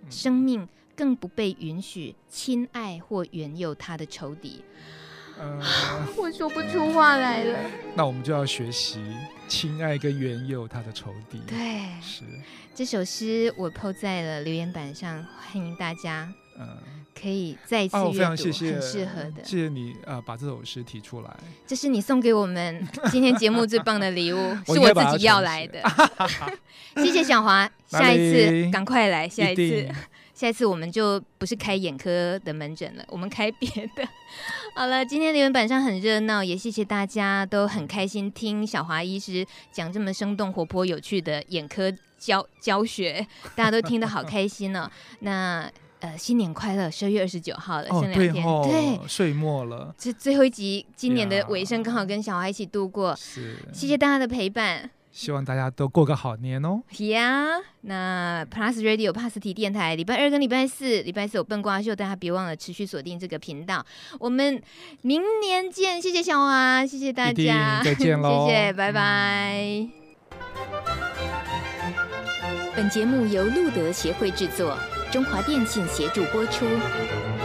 生命更不被允许亲爱或援诱他的仇敌。我说不出话来了。 那我们就要学习亲爱跟援诱他的仇敌。 对， 是这首诗我 po 在了留言板上，欢迎大家可以再一次阅读， 非常谢谢， 很适合的。 谢谢你把这首诗提出来， 这是你送给我们今天节目最棒的礼物，是我自己要来的。谢谢小华，下一次赶快来，下一次我们就不是开眼科的门诊了，我们开别的。好了，今天留言板上很热闹，也谢谢大家都很开心听小华医师讲这么生动活泼有趣的眼科教学，大家都听得好开心哦。那新年快乐！12月29号了，剩2天，对， 岁末了， 这最后一集，今年的尾声刚好跟小华一起度过，谢谢大家的陪伴。 希望大家都过个好年哦。 那 Plus Radio 帕斯提电台礼拜2跟礼拜4有笨瓜秀，大家别忘了持续锁定这个频道。我们明年见，谢谢小华，谢谢大家， 再见喽， 谢谢，拜拜。 本节目由路德协会制作，中华电信协助播出。